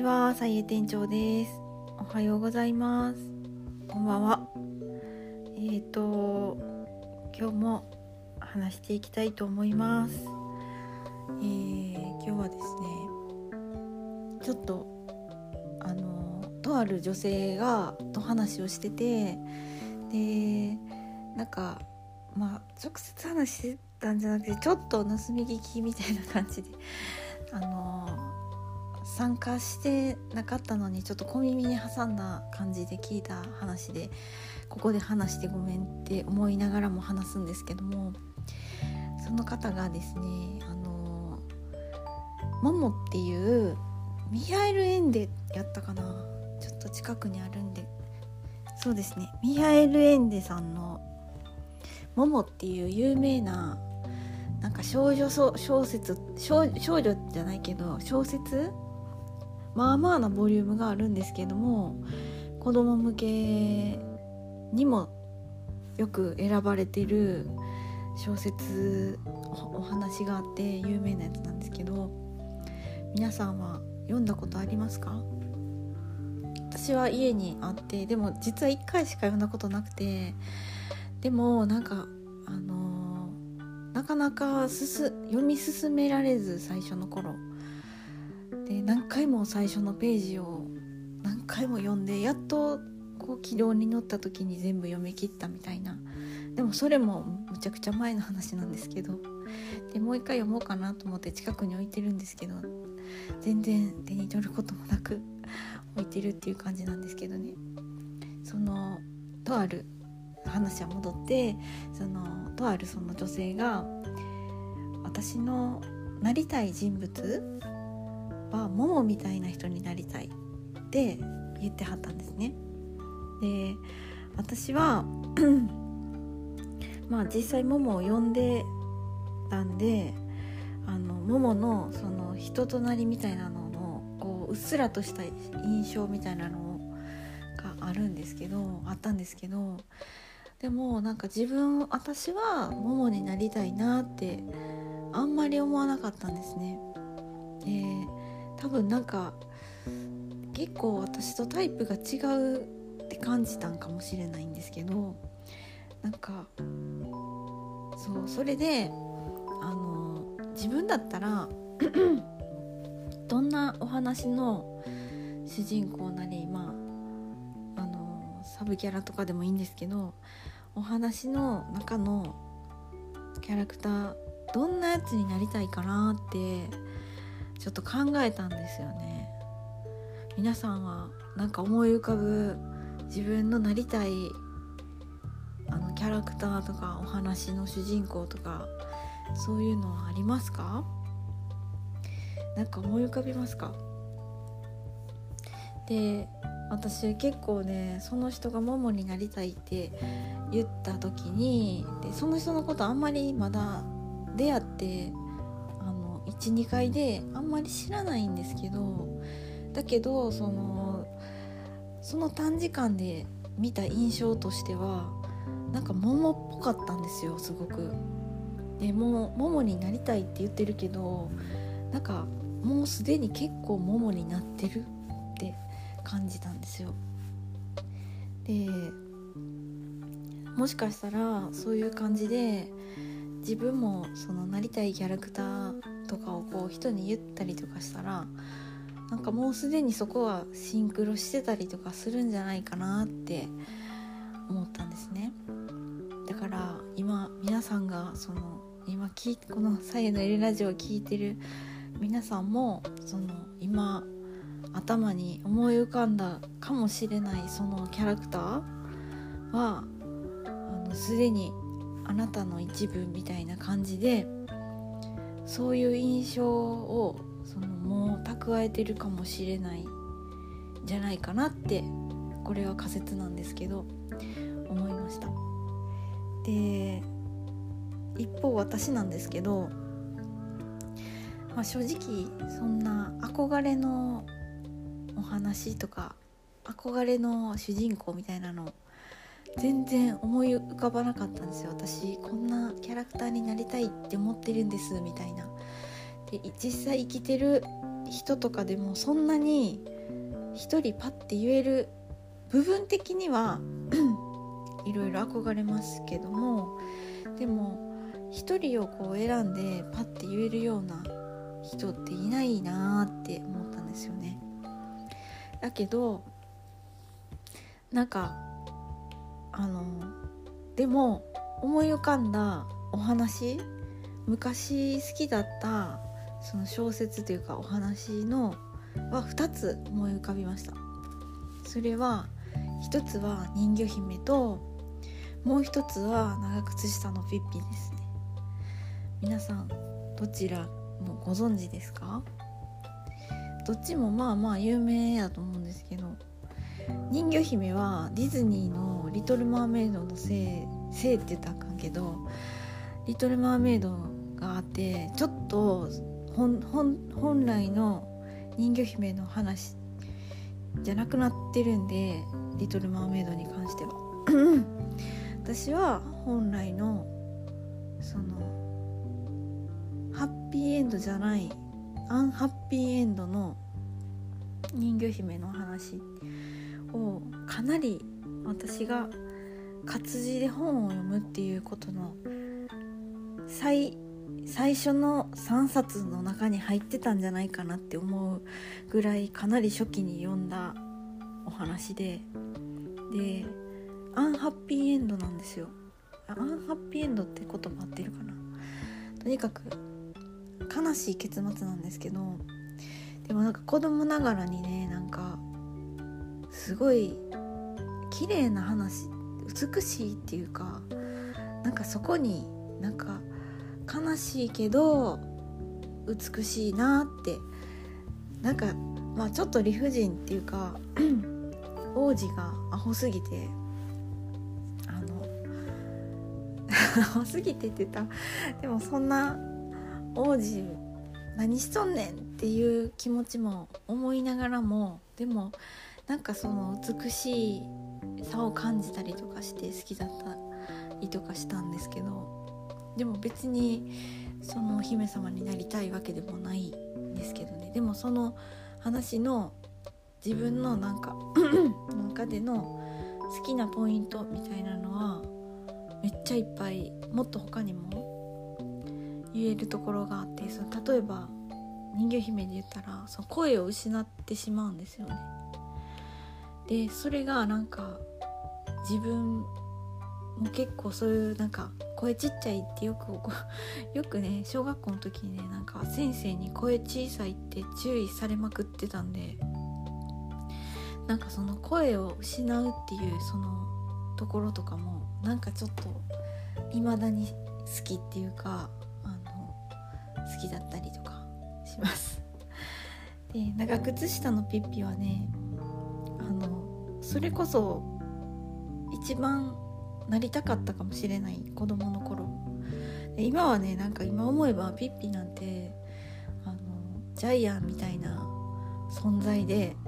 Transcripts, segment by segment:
は、さいえ店長です。おはようございます。こんばんは。今日も話していきたいと思います。今日はですね、ちょっととある女性と話をしてて、でなんか直接話してたんじゃなくて、ちょっと盗み聞きみたいな感じで参加してなかったのにちょっと小耳に挟んだ感じで聞いた話で、ここで話してごめんって思いながらも話すんですけども、その方がですね、モモっていうミハエル・エンデやったかな、ちょっと近くにあるんで、そうですね、ミハエル・エンデさんのモモっていう有名ななんか少女じゃないけど小説、まあまあなボリュームがあるんですけども、子供向けにもよく選ばれている小説、お話があって有名なやつなんですけど、皆さんは読んだことありますか？私は家にあって、でも実は1回しか読んだことなくて、でもなんかなかなか読み進められず、最初の頃で何回も最初のページを何回も読んで、やっとこう軌道に乗った時に全部読み切ったみたいな。でもそれもむちゃくちゃ前の話なんですけど、でもう一回読もうかなと思って近くに置いてるんですけど、全然手に取ることもなく置いてるっていう感じなんですけどね。とある話は戻って、とあるその女性が、私のなりたい人物はモモみたいな人になりたいって言ってはったんですね。で、私は実際モモを読んでたんで、モモのその人となりみたいなののこううっすらとした印象みたいなのがあったんですけど、でもなんか私はモモになりたいなってあんまり思わなかったんですね。多分なんか結構私とタイプが違うって感じたんかもしれないんですけど、なんかそれで自分だったらどんなお話の主人公なり、サブキャラとかでもいいんですけど、お話の中のキャラクターどんなやつになりたいかなってちょっと考えたんですよね。皆さんはなんか思い浮かぶ自分のなりたいキャラクターとかお話の主人公とか、そういうのはありますか？なんか思い浮かびますか？で、私結構ね、その人がモモになりたいって言った時に、でその人のことあんまりまだ出会って1、2回であんまり知らないんですけど、だけどその短時間で見た印象としてはなんかモモっぽかったんですよ、すごく。でもモモになりたいって言ってるけど、なんかもうすでに結構モモになってるって感じたんですよ。でもしかしたらそういう感じで自分もそのなりたいキャラクターとかをこう人に言ったりとかしたら、なんかもうすでにそこはシンクロしてたりとかするんじゃないかなって思ったんですね。だから今皆さんがこのサイエのエレラジオを聞いてる皆さんも、今頭に思い浮かんだかもしれないそのキャラクターはすでにあなたの一部みたいな感じで、そういう印象をもう蓄えてるかもしれないんじゃないかなって、これは仮説なんですけど思いました。で、一方私なんですけど、正直そんな憧れのお話とか憧れの主人公みたいなの全然思い浮かばなかったんですよ。私こんなキャラクターになりたいって思ってるんですみたいな。で実際生きてる人とかでもそんなに一人パッて言える部分的にはいろいろ憧れますけども、でも一人をこう選んでパッて言えるような人っていないなって思ったんですよね。だけどなんかでも思い浮かんだお話、昔好きだったその小説というかお話のは2つ思い浮かびました。それは1つは人魚姫と、もう1つは長靴下のピッピですね。皆さんどちらもご存知ですか？どっちもまあまあ有名だと思うんですけど、人魚姫はディズニーのリトルマーメイドのせいって言ったらあかんけど、リトルマーメイドがあって、ちょっと本来の人魚姫の話じゃなくなってるんで、リトルマーメイドに関しては私は本来のそのハッピーエンドじゃないアンハッピーエンドの人魚姫の話をかなり私が活字で本を読むっていうことの最初の3冊の中に入ってたんじゃないかなって思うぐらいかなり初期に読んだお話でアンハッピーエンドなんですよ。アンハッピーエンドって言葉合ってるかな。とにかく悲しい結末なんですけど、でもなんか子供ながらにね、なんかすごい綺麗な話、美しいっていうか、なんかそこになんか悲しいけど美しいなって、なんかまあちょっと理不尽っていうか王子がアホすぎてアホすぎてって言ったらでもそんな王子何しとんねんっていう気持ちも思いながらも、でもなんかその美しいさを感じたりとかして好きだったりとかしたんですけど、でも別にその姫様になりたいわけでもないんですけどね。でもその話の自分のなんか中での好きなポイントみたいなのはめっちゃいっぱい、もっと他にも言えるところがあって、その例えば人魚姫で言ったらその声を失ってしまうんですよね。でそれがなんか自分も結構そういうなんか声ちっちゃいってよくね、小学校の時にね、なんか先生に声小さいって注意されまくってたんで、なんかその声を失うっていうそのところとかもなんかちょっと未だに好きっていうか好きだったりとかします。で長靴下のピッピはね、それこそ一番なりたかったかもしれない、子供の頃。で今はね、なんか今思えばピッピなんてジャイアンみたいな存在で、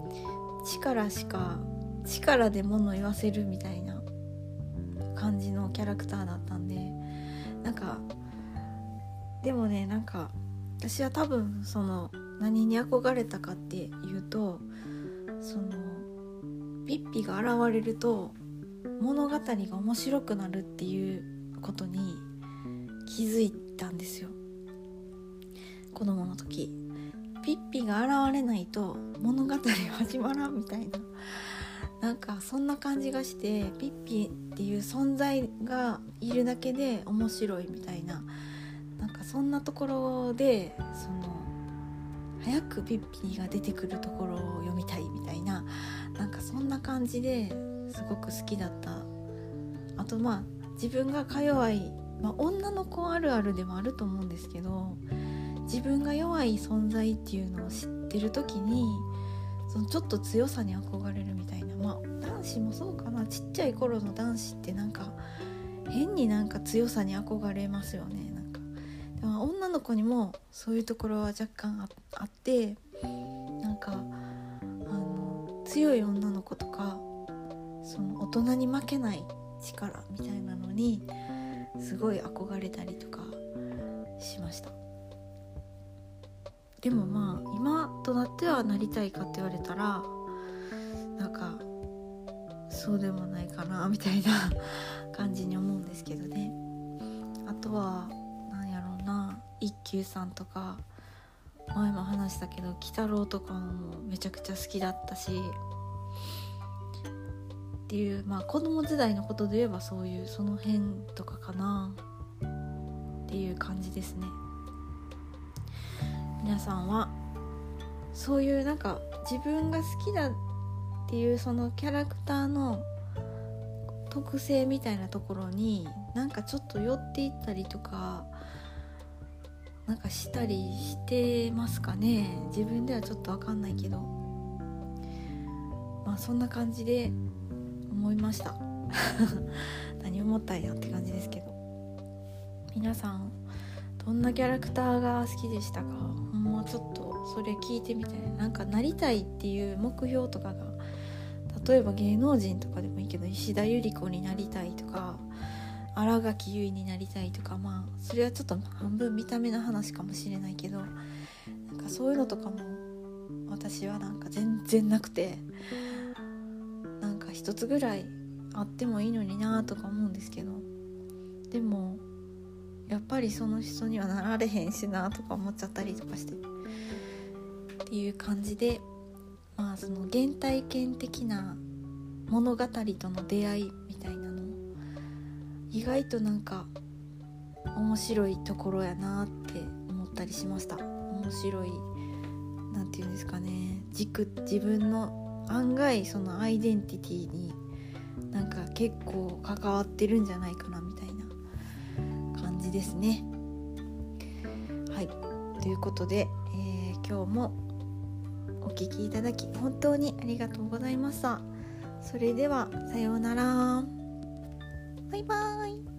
力で物言わせるみたいな感じのキャラクターだったんで、なんかでもね、なんか私は多分その何に憧れたかっていうと、そのピッピが現れると物語が面白くなるっていうことに気づいたんですよ。子供の時ピッピが現れないと物語始まらんみたいな、なんかそんな感じがして、ピッピっていう存在がいるだけで面白いみたいな、なんかそんなところでその早くピッピが出てくるところを読みたいみたいな、なんかそんな感じですごく好きだった。あとまあ自分が弱い、女の子あるあるでもあると思うんですけど、自分が弱い存在っていうのを知ってる時にそのちょっと強さに憧れるみたいな、男子もそうかな。ちっちゃい頃の男子ってなんか変になんか強さに憧れますよね。なんかでも女の子にもそういうところは若干あって、なんか強い女の子とかその大人に負けない力みたいなのにすごい憧れたりとかしました。でも今となってはなりたいかって言われたらなんかそうでもないかなみたいな感じに思うんですけどね。あとはなんやろうな、一休さんとか前も話したけど鬼太郎とかもめちゃくちゃ好きだったしっていう、子供時代のことで言えばそういうその辺とかかなっていう感じですね。皆さんはそういうなんか自分が好きだっていうそのキャラクターの特性みたいなところになんかちょっと寄っていったりとかなんかしたりしてますかね。自分ではちょっと分かんないけど、そんな感じで思いました何思ったんやって感じですけど、皆さんどんなキャラクターが好きでしたか？もうちょっとそれ聞いてみたい。なんかなりたいっていう目標とかが例えば芸能人とかでもいいけど石田ゆり子になりたいとか新垣結衣になりたいとか、それはちょっと半分見た目の話かもしれないけど、なんかそういうのとかも私はなんか全然なくて、なんか一つぐらいあってもいいのになとか思うんですけど、でもやっぱりその人にはなられへんしなとか思っちゃったりとかしてっていう感じで、その原体験的な物語との出会いみたいなの意外となんか面白いところやなって思ったりしました。面白い、なんていうんですかね、自分の案外そのアイデンティティになんか結構関わってるんじゃないかなみたいな感じですね。はい、ということで、今日もお聞きいただき本当にありがとうございました。それではさようなら。バイバイ。